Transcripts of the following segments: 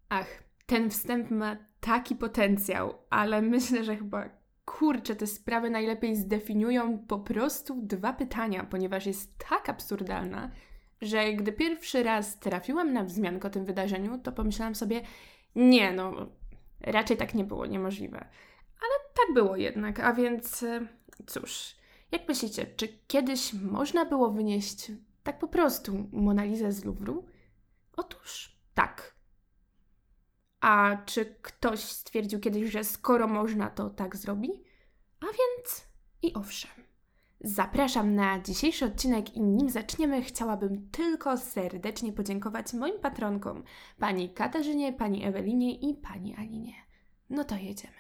Ach, ten wstęp ma taki potencjał, ale myślę, że kurczę, te sprawy najlepiej zdefiniują po prostu dwa pytania, ponieważ jest tak absurdalna, że gdy pierwszy raz trafiłam na wzmiankę o tym wydarzeniu, to pomyślałam sobie, nie no, raczej tak nie było, niemożliwe. Ale tak było jednak, a więc cóż, jak myślicie, czy kiedyś można było wynieść tak po prostu Mona Lisę z Louvru? Otóż tak. A czy ktoś stwierdził kiedyś, że skoro można, to tak zrobi? A więc i owszem. Zapraszam na dzisiejszy odcinek i nim zaczniemy, chciałabym tylko serdecznie podziękować moim patronkom, pani Katarzynie, pani Ewelinie i pani Alinie. No to jedziemy.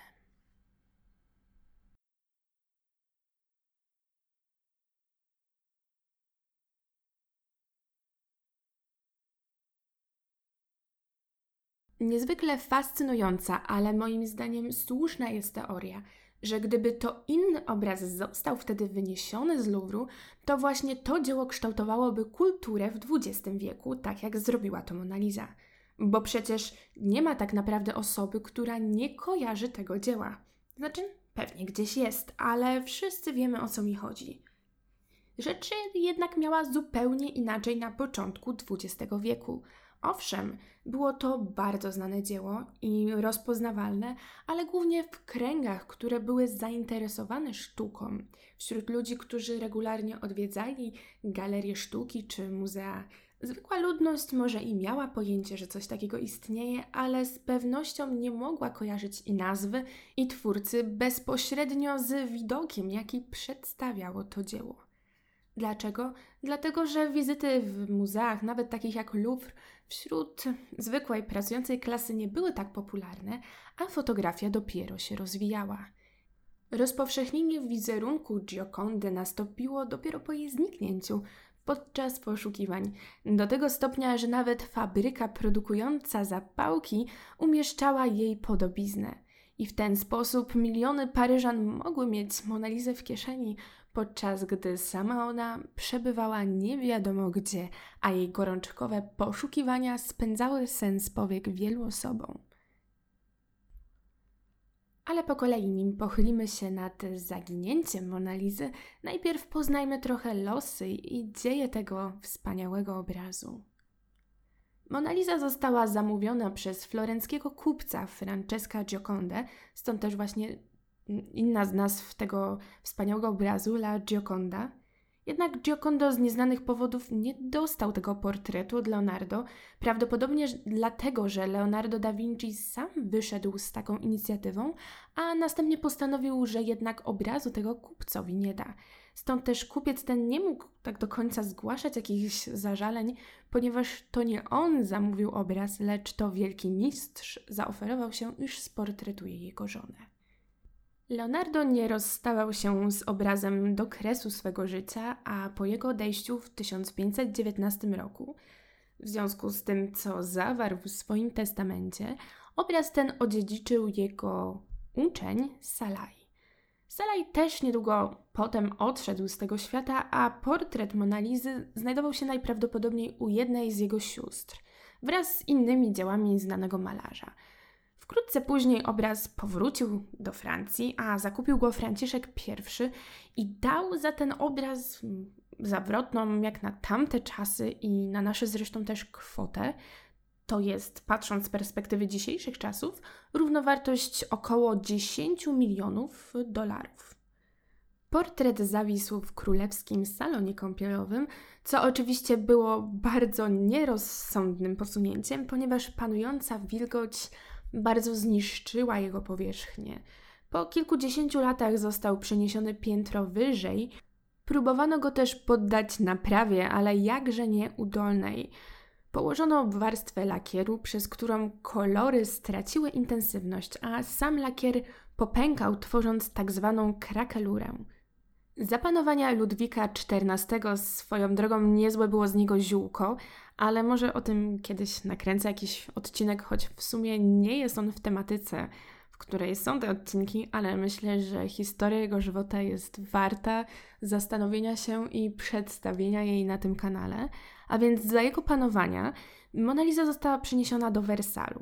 Niezwykle fascynująca, ale moim zdaniem słuszna jest teoria, że gdyby to inny obraz został wtedy wyniesiony z Louvru, to właśnie to dzieło kształtowałoby kulturę w XX wieku, tak jak zrobiła to Mona Lisa. Bo przecież nie ma tak naprawdę osoby, która nie kojarzy tego dzieła. Znaczy, pewnie gdzieś jest, ale wszyscy wiemy, o co mi chodzi. Rzeczy jednak miała zupełnie inaczej na początku XX wieku. Owszem, było to bardzo znane dzieło i rozpoznawalne, ale głównie w kręgach, które były zainteresowane sztuką, wśród ludzi, którzy regularnie odwiedzali galerie sztuki czy muzea. Zwykła ludność może i miała pojęcie, że coś takiego istnieje, ale z pewnością nie mogła kojarzyć i nazwy, i twórcy bezpośrednio z widokiem, jaki przedstawiało to dzieło. Dlaczego? Dlatego, że wizyty w muzeach, nawet takich jak Louvre, wśród zwykłej pracującej klasy nie były tak popularne, a fotografia dopiero się rozwijała. Rozpowszechnienie wizerunku Giocondy nastąpiło dopiero po jej zniknięciu, podczas poszukiwań, do tego stopnia, że nawet fabryka produkująca zapałki umieszczała jej podobiznę. I w ten sposób miliony Paryżan mogły mieć Monę Lisę w kieszeni, podczas gdy sama ona przebywała nie wiadomo gdzie, a jej gorączkowe poszukiwania spędzały sen z powiek wielu osobom. Ale po kolei, nim pochylimy się nad zaginięciem Mona Lisy, najpierw poznajmy trochę losy i dzieje tego wspaniałego obrazu. Mona Lisa została zamówiona przez florenckiego kupca Francesca Giocondę, stąd też właśnie inna z nazw tego wspaniałego obrazu, La Gioconda. Jednak Giocondo z nieznanych powodów nie dostał tego portretu od Leonardo, prawdopodobnie dlatego, że Leonardo da Vinci sam wyszedł z taką inicjatywą, a następnie postanowił, że jednak obrazu tego kupcowi nie da. Stąd też kupiec ten nie mógł tak do końca zgłaszać jakichś zażaleń, ponieważ to nie on zamówił obraz, lecz to wielki mistrz zaoferował się, iż sportretuje jego żonę. Leonardo nie rozstawał się z obrazem do kresu swego życia, a po jego odejściu w 1519 roku, w związku z tym, co zawarł w swoim testamencie, obraz ten odziedziczył jego uczeń Salai. Salai też niedługo potem odszedł z tego świata, a portret Mona Lisy znajdował się najprawdopodobniej u jednej z jego sióstr, wraz z innymi dziełami znanego malarza. Wkrótce później obraz powrócił do Francji, a zakupił go Franciszek I dał za ten obraz zawrotną jak na tamte czasy i na nasze zresztą też kwotę, to jest, patrząc z perspektywy dzisiejszych czasów, równowartość około 10 milionów dolarów. Portret zawisł w królewskim salonie kąpielowym, co oczywiście było bardzo nierozsądnym posunięciem, ponieważ panująca wilgoć bardzo zniszczyła jego powierzchnię. Po kilkudziesięciu latach został przeniesiony piętro wyżej. Próbowano go też poddać naprawie, ale jakże nieudolnej. Położono warstwę lakieru, przez którą kolory straciły intensywność, a sam lakier popękał, tworząc tak zwaną krakelurę. Za panowania Ludwika XIV swoją drogą niezłe było z niego ziółko, ale może o tym kiedyś nakręcę jakiś odcinek, choć w sumie nie jest on w tematyce, w której są te odcinki, ale myślę, że historia jego żywota jest warta zastanowienia się i przedstawienia jej na tym kanale. A więc za jego panowania Mona Lisa została przeniesiona do Wersalu.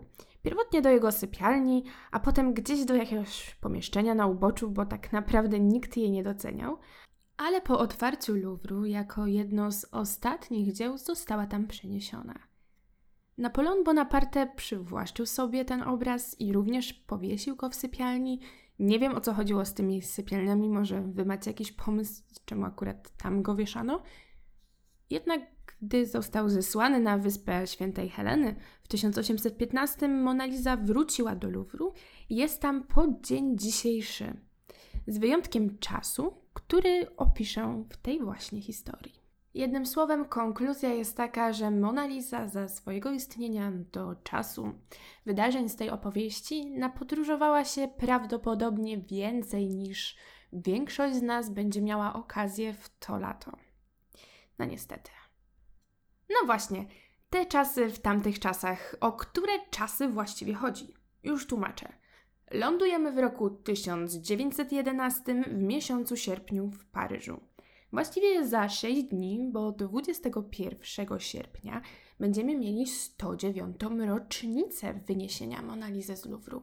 Pierwotnie do jego sypialni, a potem gdzieś do jakiegoś pomieszczenia na uboczu, bo tak naprawdę nikt jej nie doceniał. Ale po otwarciu Luwru jako jedno z ostatnich dzieł została tam przeniesiona. Napoleon Bonaparte przywłaszczył sobie ten obraz i również powiesił go w sypialni. Nie wiem, o co chodziło z tymi sypialniami, może wy macie jakiś pomysł, czemu akurat tam go wieszano? Jednak gdy został zesłany na wyspę Świętej Heleny w 1815, Mona Lisa wróciła do Luwru i jest tam po dzień dzisiejszy. Z wyjątkiem czasu, który opiszę w tej właśnie historii. Jednym słowem, konkluzja jest taka, że Mona Lisa za swojego istnienia do czasu wydarzeń z tej opowieści napodróżowała się prawdopodobnie więcej niż większość z nas będzie miała okazję w to lato. No niestety. No właśnie, te czasy w tamtych czasach. O które czasy właściwie chodzi? Już tłumaczę. Lądujemy w roku 1911 w miesiącu sierpniu w Paryżu. Właściwie za 6 dni, bo 21 sierpnia będziemy mieli 109. rocznicę wyniesienia Mona Lisy z Luwru.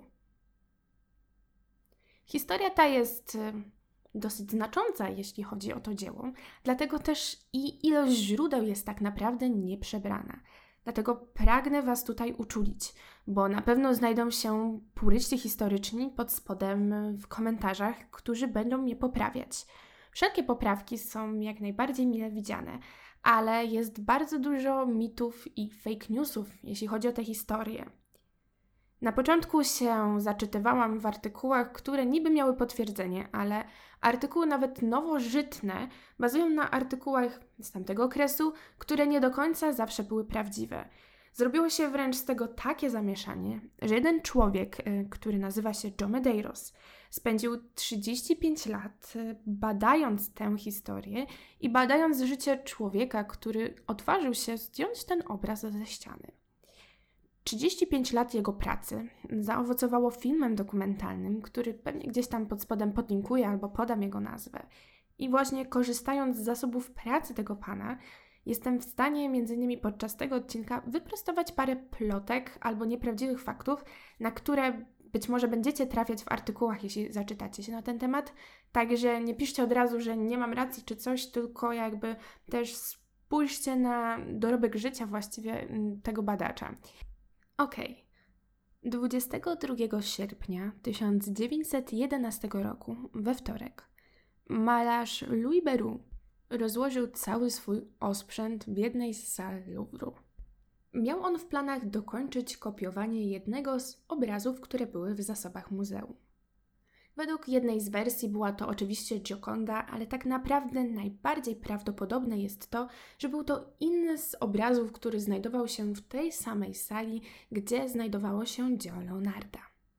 Historia ta jest dosyć znacząca, jeśli chodzi o to dzieło, dlatego też i ilość źródeł jest tak naprawdę nieprzebrana. Dlatego pragnę Was tutaj uczulić, bo na pewno znajdą się puryści historyczni pod spodem w komentarzach, którzy będą mnie poprawiać. Wszelkie poprawki są jak najbardziej mile widziane, ale jest bardzo dużo mitów i fake newsów, jeśli chodzi o tę historię. Na początku się zaczytywałam w artykułach, które niby miały potwierdzenie, ale artykuły nawet nowożytne bazują na artykułach z tamtego okresu, które nie do końca zawsze były prawdziwe. Zrobiło się wręcz z tego takie zamieszanie, że jeden człowiek, który nazywa się Joe Medeiros, spędził 35 lat badając tę historię i badając życie człowieka, który odważył się zdjąć ten obraz ze ściany. 35 lat jego pracy zaowocowało filmem dokumentalnym, który pewnie gdzieś tam pod spodem podlinkuję albo podam jego nazwę. I właśnie korzystając z zasobów pracy tego pana, jestem w stanie m.in. podczas tego odcinka wyprostować parę plotek albo nieprawdziwych faktów, na które być może będziecie trafiać w artykułach, jeśli zaczytacie się na ten temat. Także nie piszcie od razu, że nie mam racji czy coś, tylko jakby też spójrzcie na dorobek życia właściwie tego badacza. Okej. 22 sierpnia 1911 roku, we wtorek, malarz Louis Beroux rozłożył cały swój osprzęt w jednej z sal Luwru. Miał on w planach dokończyć kopiowanie jednego z obrazów, które były w zasobach muzeum. Według jednej z wersji była to oczywiście Gioconda, ale tak naprawdę najbardziej prawdopodobne jest to, że był to inny z obrazów, który znajdował się w tej samej sali, gdzie znajdowało się dzieło Leonarda.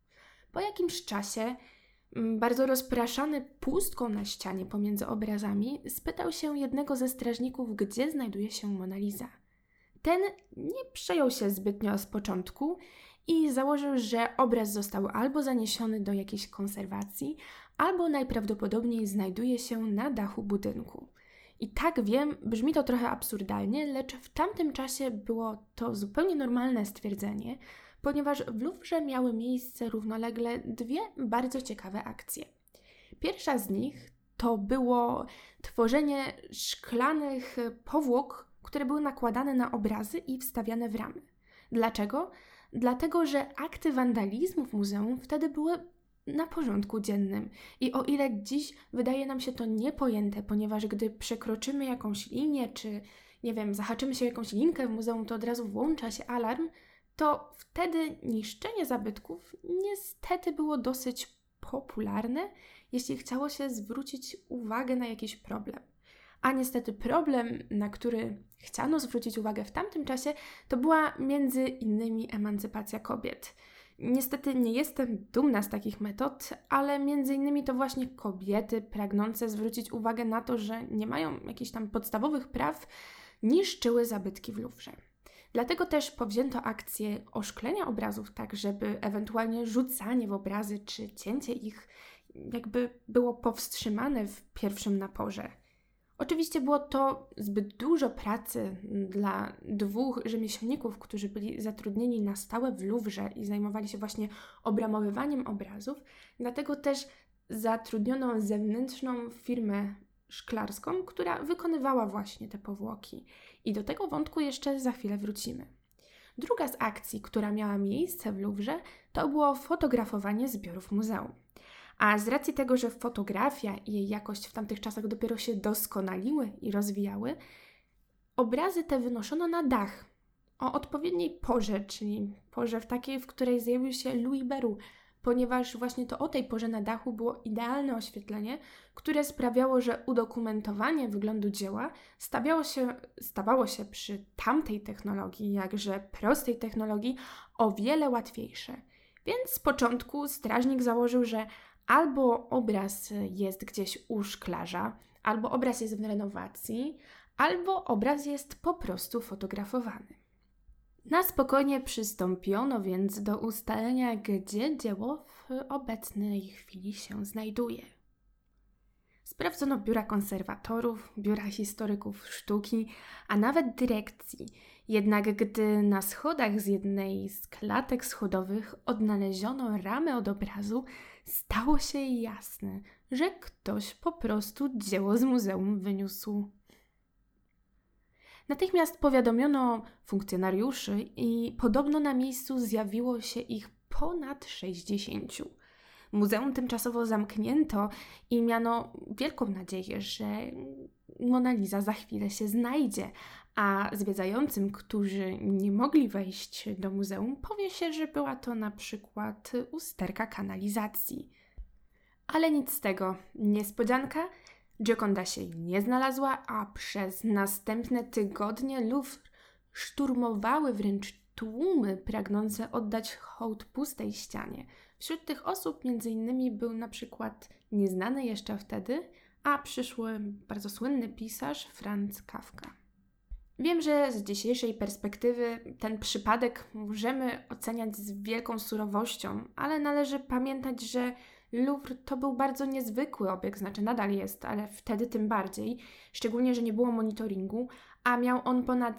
Po jakimś czasie, bardzo rozpraszany pustką na ścianie pomiędzy obrazami, spytał się jednego ze strażników, gdzie znajduje się Mona Lisa. Ten nie przejął się zbytnio z początku i założył, że obraz został albo zaniesiony do jakiejś konserwacji, albo najprawdopodobniej znajduje się na dachu budynku. I tak wiem, brzmi to trochę absurdalnie, lecz w tamtym czasie było to zupełnie normalne stwierdzenie, ponieważ w Luwrze miały miejsce równolegle dwie bardzo ciekawe akcje. Pierwsza z nich to było tworzenie szklanych powłok, które były nakładane na obrazy i wstawiane w ramy. Dlaczego? Dlatego, że akty wandalizmu w muzeum wtedy były na porządku dziennym. I o ile dziś wydaje nam się to niepojęte, ponieważ gdy przekroczymy jakąś linię, czy nie wiem, zahaczymy się o jakąś linkę w muzeum, to od razu włącza się alarm, to wtedy niszczenie zabytków niestety było dosyć popularne, jeśli chciało się zwrócić uwagę na jakiś problem. A niestety problem, na który chciano zwrócić uwagę w tamtym czasie, to była między innymi emancypacja kobiet. Niestety nie jestem dumna z takich metod, ale między innymi to właśnie kobiety pragnące zwrócić uwagę na to, że nie mają jakichś tam podstawowych praw, niszczyły zabytki w Luwrze. Dlatego też powzięto akcję oszklenia obrazów tak, żeby ewentualnie rzucanie w obrazy czy cięcie ich jakby było powstrzymane w pierwszym naporze. Oczywiście było to zbyt dużo pracy dla 2 rzemieślników, którzy byli zatrudnieni na stałe w Louvre i zajmowali się właśnie obramowywaniem obrazów, dlatego też zatrudniono zewnętrzną firmę szklarską, która wykonywała właśnie te powłoki. I do tego wątku jeszcze za chwilę wrócimy. Druga z akcji, która miała miejsce w Louvre, to było fotografowanie zbiorów muzeum. A z racji tego, że fotografia i jej jakość w tamtych czasach dopiero się doskonaliły i rozwijały, obrazy te wynoszono na dach o odpowiedniej porze, czyli porze w takiej, w której zjawił się Louis Béroud, ponieważ właśnie to o tej porze na dachu było idealne oświetlenie, które sprawiało, że udokumentowanie wyglądu dzieła stawało się przy tamtej technologii, jakże prostej technologii, o wiele łatwiejsze. Więc z początku strażnik założył, że albo obraz jest gdzieś u szklarza, albo obraz jest w renowacji, albo obraz jest po prostu fotografowany. Na spokojnie przystąpiono więc do ustalenia, gdzie dzieło w obecnej chwili się znajduje. Sprawdzono biura konserwatorów, biura historyków sztuki, a nawet dyrekcji. Jednak gdy na schodach z jednej z klatek schodowych odnaleziono ramę od obrazu, stało się jasne, że ktoś po prostu dzieło z muzeum wyniósł. Natychmiast powiadomiono funkcjonariuszy i podobno na miejscu zjawiło się ich ponad 60. Muzeum tymczasowo zamknięto i miano wielką nadzieję, że Mona Lisa za chwilę się znajdzie, a zwiedzającym, którzy nie mogli wejść do muzeum, powie się, że była to na przykład usterka kanalizacji. Ale nic z tego. Niespodzianka, Gioconda się nie znalazła, a przez następne tygodnie Louvre szturmowały wręcz tłumy pragnące oddać hołd pustej ścianie. Wśród tych osób m.in. był na przykład nieznany jeszcze wtedy, a przyszły bardzo słynny pisarz Franz Kafka. Wiem, że z dzisiejszej perspektywy ten przypadek możemy oceniać z wielką surowością, ale należy pamiętać, że Louvre to był bardzo niezwykły obiekt, znaczy nadal jest, ale wtedy tym bardziej, szczególnie, że nie było monitoringu, a miał on ponad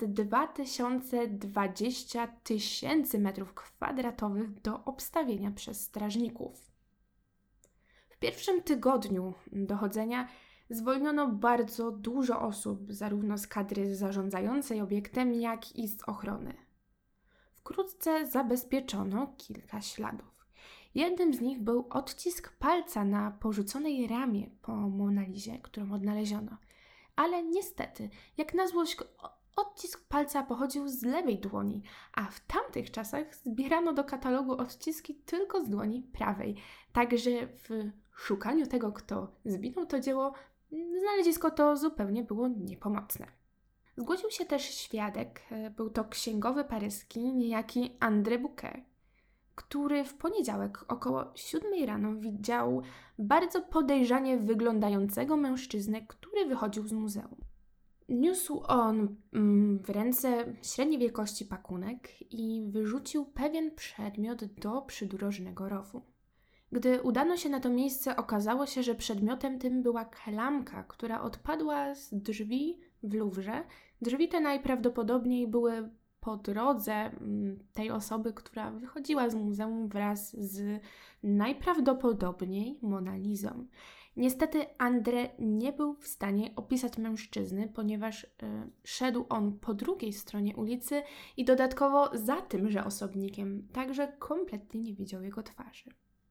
2020 000 metrów kwadratowych do obstawienia przez strażników. W pierwszym tygodniu dochodzenia zwolniono bardzo dużo osób, zarówno z kadry zarządzającej obiektem, jak i z ochrony. Wkrótce zabezpieczono kilka śladów. Jednym z nich był odcisk palca na porzuconej ramie po Mona Lizie, którą odnaleziono. Ale niestety, jak na złość, odcisk palca pochodził z lewej dłoni, a w tamtych czasach zbierano do katalogu odciski tylko z dłoni prawej. Także w szukaniu tego, kto zwinął to dzieło, znalezisko to zupełnie było niepomocne. Zgłosił się też świadek, był to księgowy paryski, niejaki André Bouquet, który w poniedziałek około 7 rano widział bardzo podejrzanie wyglądającego mężczyznę, który wychodził z muzeum. Niósł on w ręce średniej wielkości pakunek i wyrzucił pewien przedmiot do przydrożnego rowu. Gdy udano się na to miejsce, okazało się, że przedmiotem tym była klamka, która odpadła z drzwi w Louvre. Drzwi te najprawdopodobniej były po drodze tej osoby, która wychodziła z muzeum wraz z najprawdopodobniej Mona Lisą. Niestety André nie był w stanie opisać mężczyzny, ponieważ szedł on po drugiej stronie ulicy i dodatkowo za tymże osobnikiem, także kompletnie nie widział jego twarzy.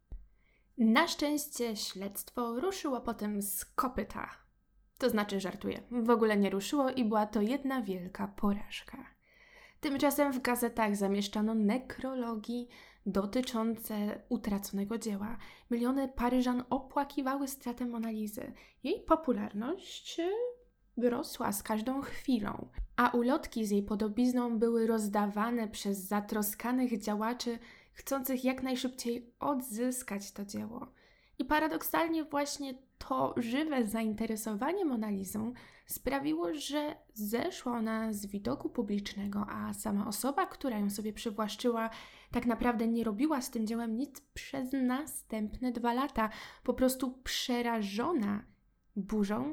Na szczęście śledztwo ruszyło potem z kopyta. To znaczy, żartuję, w ogóle nie ruszyło i była to jedna wielka porażka. Tymczasem w gazetach zamieszczano nekrologii dotyczące utraconego dzieła. Miliony Paryżan opłakiwały stratę Mona Lisy. Jej popularność rosła z każdą chwilą, a ulotki z jej podobizną były rozdawane przez zatroskanych działaczy chcących jak najszybciej odzyskać to dzieło. I paradoksalnie właśnie to żywe zainteresowanie Mona Lisą sprawiło, że zeszła ona z widoku publicznego, a sama osoba, która ją sobie przywłaszczyła, tak naprawdę nie robiła z tym dziełem nic przez następne 2 lata, po prostu przerażona burzą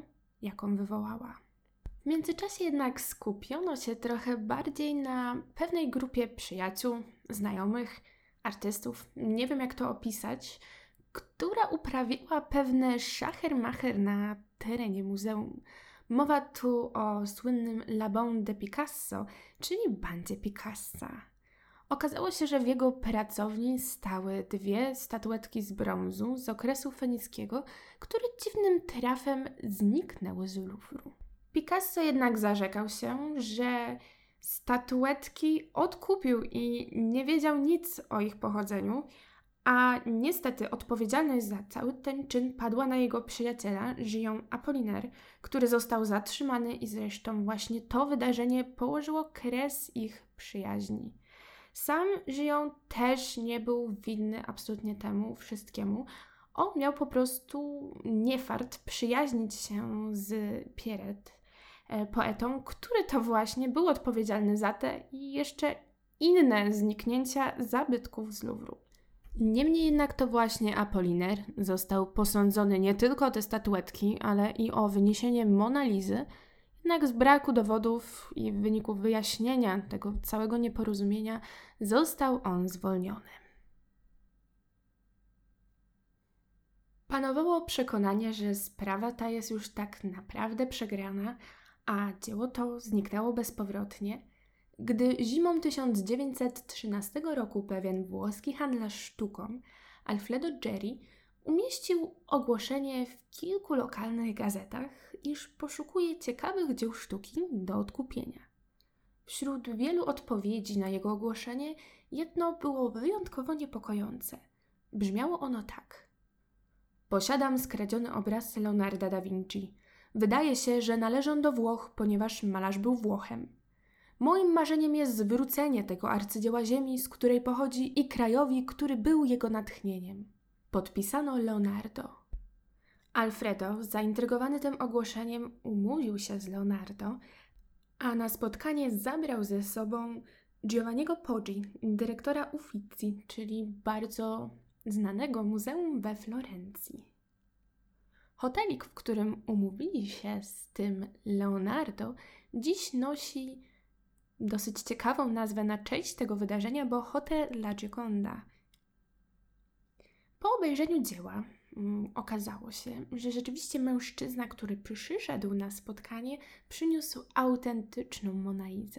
jaką wywołała. W międzyczasie jednak skupiono się trochę bardziej na pewnej grupie przyjaciół, znajomych, artystów, nie wiem jak to opisać, która uprawiała pewne szacher-macher na terenie muzeum. Mowa tu o słynnym La Bande de Picasso, czyli bandzie Picassa. Okazało się, że w jego pracowni stały 2 statuetki z brązu z okresu fenickiego, które dziwnym trafem zniknęły z Louvru. Picasso jednak zarzekał się, że statuetki odkupił i nie wiedział nic o ich pochodzeniu, a niestety odpowiedzialność za cały ten czyn padła na jego przyjaciela, Guillaume Apollinaire, który został zatrzymany i zresztą właśnie to wydarzenie położyło kres ich przyjaźni. Sam Guillaume też nie był winny absolutnie temu wszystkiemu. On miał po prostu niefart przyjaźnić się z Pierret, poetą, który to właśnie był odpowiedzialny za te i jeszcze inne zniknięcia zabytków z Louvru. Niemniej jednak to właśnie Apollinaire został posądzony nie tylko o te statuetki, ale i o wyniesienie Monalizy, jednak z braku dowodów i w wyniku wyjaśnienia tego całego nieporozumienia został on zwolniony. Panowało przekonanie, że sprawa ta jest już tak naprawdę przegrana, a dzieło to zniknęło bezpowrotnie, gdy zimą 1913 roku pewien włoski handlarz sztuką, Alfredo Geri, umieścił ogłoszenie w kilku lokalnych gazetach, iż poszukuje ciekawych dzieł sztuki do odkupienia. Wśród wielu odpowiedzi na jego ogłoszenie jedno było wyjątkowo niepokojące. Brzmiało ono tak. Posiadam skradziony obraz Leonarda da Vinci. Wydaje się, że należą do Włoch, ponieważ malarz był Włochem. Moim marzeniem jest zwrócenie tego arcydzieła ziemi, z której pochodzi, i krajowi, który był jego natchnieniem. Podpisano Leonardo. Alfredo, zaintrygowany tym ogłoszeniem, umówił się z Leonardo, a na spotkanie zabrał ze sobą Giovanniego Poggi, dyrektora Uffizi, czyli bardzo znanego muzeum we Florencji. Hotelik, w którym umówili się z tym Leonardo, dziś nosi dosyć ciekawą nazwę na cześć tego wydarzenia, bo Hotel La Gioconda. Po obejrzeniu dzieła okazało się, że rzeczywiście mężczyzna, który przyszedł na spotkanie, przyniósł autentyczną Monalizę.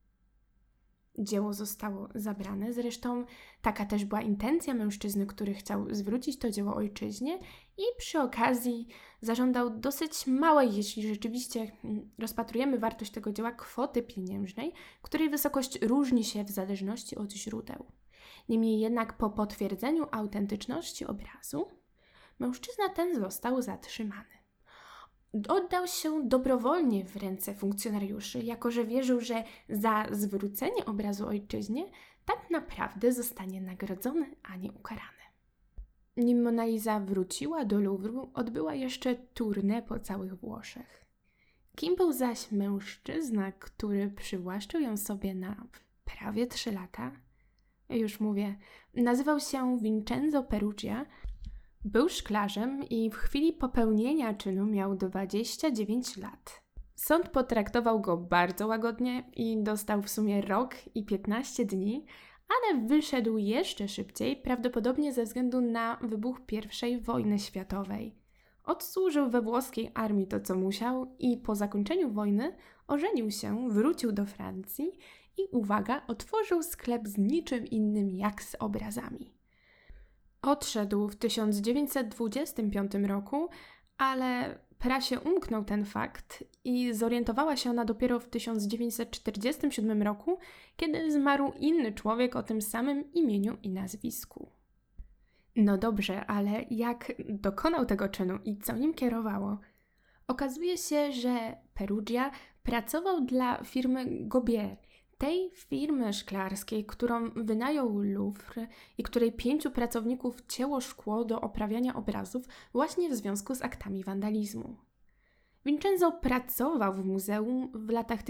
Dzieło zostało zabrane, zresztą taka też była intencja mężczyzny, który chciał zwrócić to dzieło ojczyźnie i przy okazji zażądał dosyć małej, jeśli rzeczywiście rozpatrujemy wartość tego dzieła, kwoty pieniężnej, której wysokość różni się w zależności od źródeł. Niemniej jednak po potwierdzeniu autentyczności obrazu mężczyzna ten został zatrzymany. Oddał się dobrowolnie w ręce funkcjonariuszy, jako że wierzył, że za zwrócenie obrazu ojczyźnie tak naprawdę zostanie nagrodzony, a nie ukarany. Nim Monaliza wróciła do Louvru, odbyła jeszcze tournée po całych Włoszech. Kim był zaś mężczyzna, który przywłaszczył ją sobie na prawie 3 lata? Już mówię, nazywał się Vincenzo Peruggia. Był szklarzem i w chwili popełnienia czynu miał 29 lat. Sąd potraktował go bardzo łagodnie i dostał w sumie rok i 15 dni, ale wyszedł jeszcze szybciej, prawdopodobnie ze względu na wybuch I wojny światowej. Odsłużył we włoskiej armii to, co musiał i po zakończeniu wojny ożenił się, wrócił do Francji i, uwaga, otworzył sklep z niczym innym jak z obrazami. Odszedł w 1925 roku, ale prasie umknął ten fakt i zorientowała się ona dopiero w 1947 roku, kiedy zmarł inny człowiek o tym samym imieniu i nazwisku. No dobrze, ale jak dokonał tego czynu i co nim kierowało? Okazuje się, że Peruggia pracował dla firmy Gobier, tej firmy szklarskiej, którą wynajął Louvre i której 5 pracowników cięło szkło do oprawiania obrazów właśnie w związku z aktami wandalizmu. Vincenzo pracował w muzeum w latach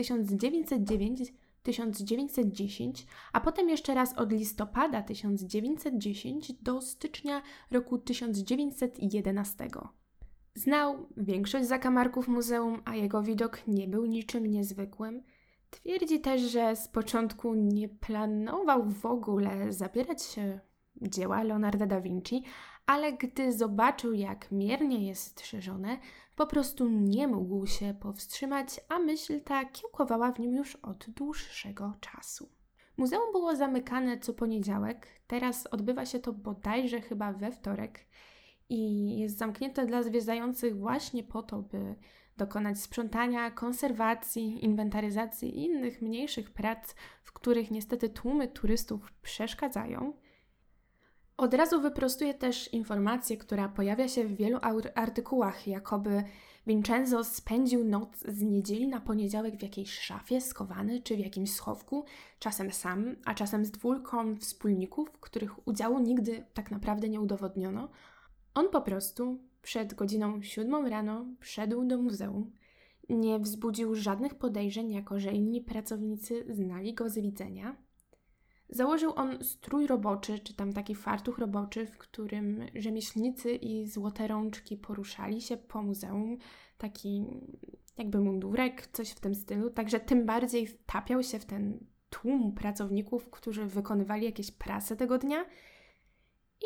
1909-1910, a potem jeszcze raz od listopada 1910 do stycznia roku 1911. Znał większość zakamarków muzeum, a jego widok nie był niczym niezwykłym. Twierdzi też, że z początku nie planował w ogóle zabierać się dzieła Leonarda da Vinci, ale gdy zobaczył, jak miernie jest szerzone, po prostu nie mógł się powstrzymać, a myśl ta kiełkowała w nim już od dłuższego czasu. Muzeum było zamykane co poniedziałek, teraz odbywa się to bodajże chyba we wtorek i jest zamknięte dla zwiedzających właśnie po to, by dokonać sprzątania, konserwacji, inwentaryzacji i innych mniejszych prac, w których niestety tłumy turystów przeszkadzają. Od razu wyprostuję też informację, która pojawia się w wielu artykułach, jakoby Vincenzo spędził noc z niedzieli na poniedziałek w jakiejś szafie schowany czy w jakimś schowku, czasem sam, a czasem z dwójką wspólników, których udziału nigdy tak naprawdę nie udowodniono. On po prostu przed godziną 7 rano wszedł do muzeum, nie wzbudził żadnych podejrzeń, jako że inni pracownicy znali go z widzenia. Założył on strój roboczy, czy tam taki fartuch roboczy, w którym rzemieślnicy i złote rączki poruszali się po muzeum. Taki jakby mundurek, coś w tym stylu. Także tym bardziej wtapiał się w ten tłum pracowników, którzy wykonywali jakieś prace tego dnia. I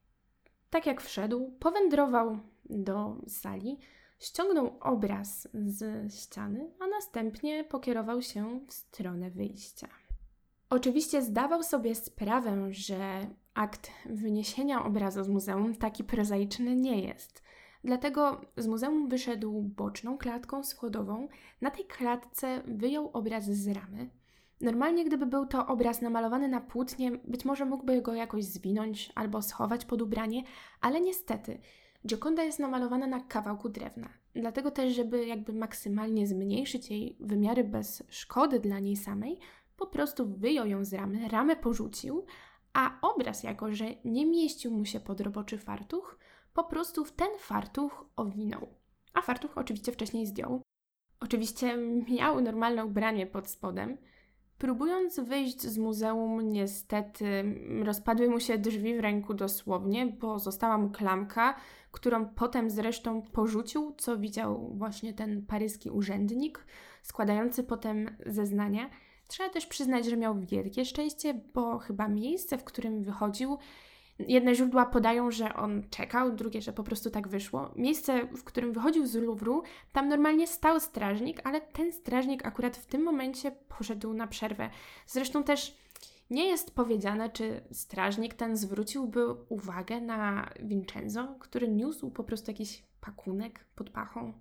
tak jak wszedł, powędrował do sali, ściągnął obraz z ściany, a następnie pokierował się w stronę wyjścia. Oczywiście zdawał sobie sprawę, że akt wyniesienia obrazu z muzeum taki prozaiczny nie jest. Dlatego z muzeum wyszedł boczną klatką schodową. Na tej klatce wyjął obraz z ramy. Normalnie, gdyby był to obraz namalowany na płótnie, być może mógłby go jakoś zwinąć albo schować pod ubranie, ale niestety Gioconda jest namalowana na kawałku drewna. Dlatego też, żeby jakby maksymalnie zmniejszyć jej wymiary bez szkody dla niej samej, po prostu wyjął ją z ramy, ramę porzucił, a obraz, jako że nie mieścił mu się pod roboczy fartuch, po prostu w ten fartuch owinął. A fartuch oczywiście wcześniej zdjął. Oczywiście miał normalne ubranie pod spodem. Próbując wyjść z muzeum, niestety rozpadły mu się drzwi w ręku dosłownie, bo została mu klamka, którą potem zresztą porzucił, co widział właśnie ten paryski urzędnik, składający potem zeznania. Trzeba też przyznać, że miał wielkie szczęście, bo chyba miejsce, w którym wychodził, jedne źródła podają, że on czekał, drugie, że po prostu tak wyszło. Miejsce, w którym wychodził z Louvru, tam normalnie stał strażnik, ale ten strażnik akurat w tym momencie poszedł na przerwę. Zresztą też nie jest powiedziane, czy strażnik ten zwróciłby uwagę na Vincenzo, który niósł po prostu jakiś pakunek pod pachą.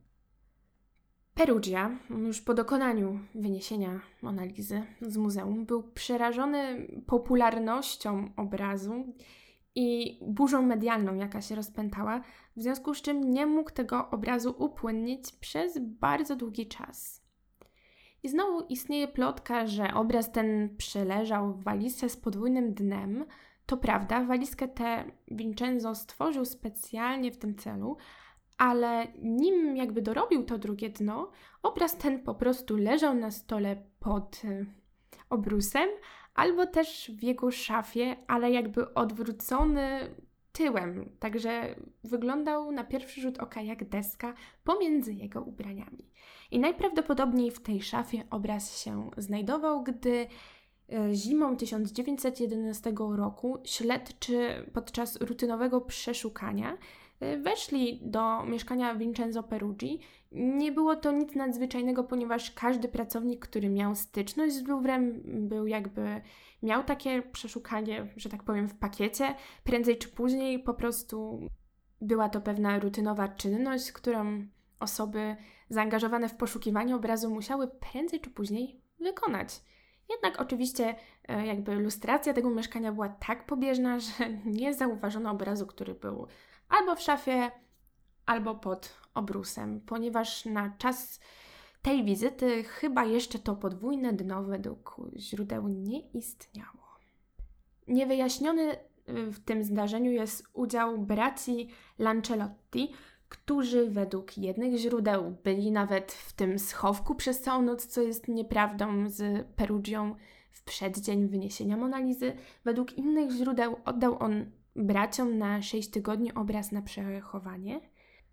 Perugia, już po dokonaniu wyniesienia Monalizy z muzeum, był przerażony popularnością obrazu i burzą medialną, jaka się rozpętała, w związku z czym nie mógł tego obrazu upłynnić przez bardzo długi czas. I znowu istnieje plotka, że obraz ten przeleżał w walizce z podwójnym dnem. To prawda, walizkę tę Vincenzo stworzył specjalnie w tym celu, ale nim jakby dorobił to drugie dno, obraz ten po prostu leżał na stole pod obrusem, albo też w jego szafie, ale jakby odwrócony tyłem, także wyglądał na pierwszy rzut oka jak deska pomiędzy jego ubraniami. I najprawdopodobniej w tej szafie obraz się znajdował, gdy zimą 1911 roku śledczy podczas rutynowego przeszukania weszli do mieszkania Vincenzo Peruggi. Nie było to nic nadzwyczajnego, ponieważ każdy pracownik, który miał styczność z Louvrem, miał takie przeszukanie, że tak powiem, w pakiecie. Prędzej czy później po prostu była to pewna rutynowa czynność, którą osoby zaangażowane w poszukiwanie obrazu musiały prędzej czy później wykonać. Jednak oczywiście lustracja tego mieszkania była tak pobieżna, że nie zauważono obrazu, który był albo w szafie, albo pod obrusem, ponieważ na czas tej wizyty chyba jeszcze to podwójne dno według źródeł nie istniało. Niewyjaśniony w tym zdarzeniu jest udział braci Lancelotti, którzy według jednych źródeł byli nawet w tym schowku przez całą noc, co jest nieprawdą, z Perugią w przeddzień wyniesienia Monalizy. Według innych źródeł oddał on braciom na 6 tygodni obraz na przechowanie.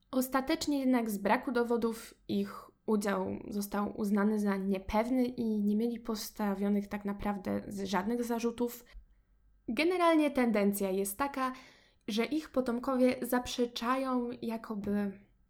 Ostatecznie jednak z braku dowodów ich udział został uznany za niepewny i nie mieli postawionych tak naprawdę żadnych zarzutów. Generalnie tendencja jest taka, że ich potomkowie zaprzeczają, jakoby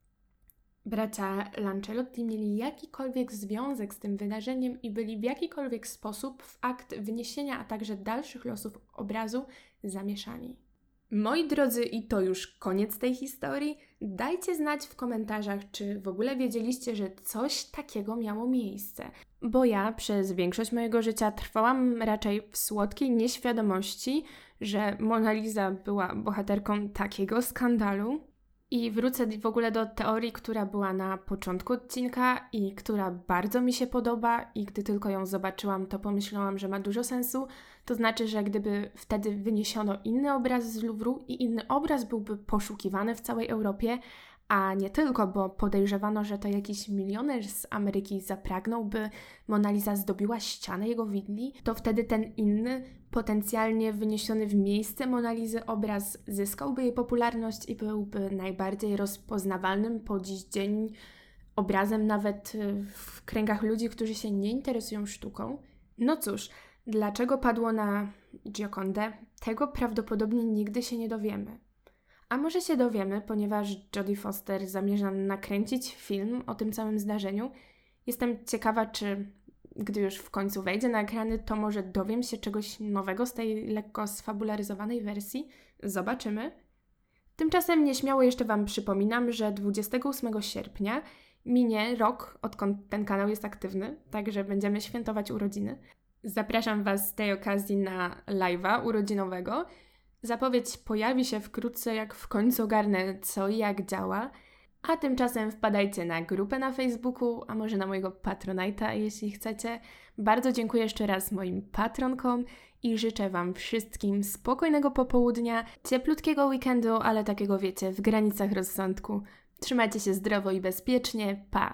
bracia Lancelotti mieli jakikolwiek związek z tym wydarzeniem i byli w jakikolwiek sposób w akt wyniesienia, a także dalszych losów obrazu zamieszani. Moi drodzy, i to już koniec tej historii. Dajcie znać w komentarzach, czy w ogóle wiedzieliście, że coś takiego miało miejsce. Bo ja przez większość mojego życia trwałam raczej w słodkiej nieświadomości, że Mona Lisa była bohaterką takiego skandalu. I wrócę w ogóle do teorii, która była na początku odcinka i która bardzo mi się podoba i gdy tylko ją zobaczyłam, to pomyślałam, że ma dużo sensu. To znaczy, że gdyby wtedy wyniesiono inny obraz z Louvru i inny obraz byłby poszukiwany w całej Europie, a nie tylko, bo podejrzewano, że to jakiś milioner z Ameryki zapragnął, by Mona Lisa zdobiła ścianę jego widli, to wtedy ten inny, potencjalnie wyniesiony w miejsce Mona Lisy obraz zyskałby jej popularność i byłby najbardziej rozpoznawalnym po dziś dzień obrazem nawet w kręgach ludzi, którzy się nie interesują sztuką. No cóż, dlaczego padło na Giocondę? Tego prawdopodobnie nigdy się nie dowiemy. A może się dowiemy, ponieważ Jodie Foster zamierza nakręcić film o tym całym zdarzeniu. Jestem ciekawa, czy gdy już w końcu wejdzie na ekrany, to może dowiem się czegoś nowego z tej lekko sfabularyzowanej wersji. Zobaczymy. Tymczasem nieśmiało jeszcze Wam przypominam, że 28 sierpnia minie rok, odkąd ten kanał jest aktywny, także będziemy świętować urodziny. Zapraszam Was z tej okazji na live'a urodzinowego. Zapowiedź pojawi się wkrótce, jak w końcu ogarnę co i jak działa. A tymczasem wpadajcie na grupę na Facebooku, a może na mojego Patronite'a, jeśli chcecie. Bardzo dziękuję jeszcze raz moim patronkom i życzę Wam wszystkim spokojnego popołudnia, cieplutkiego weekendu, ale takiego wiecie, w granicach rozsądku. Trzymajcie się zdrowo i bezpiecznie. Pa!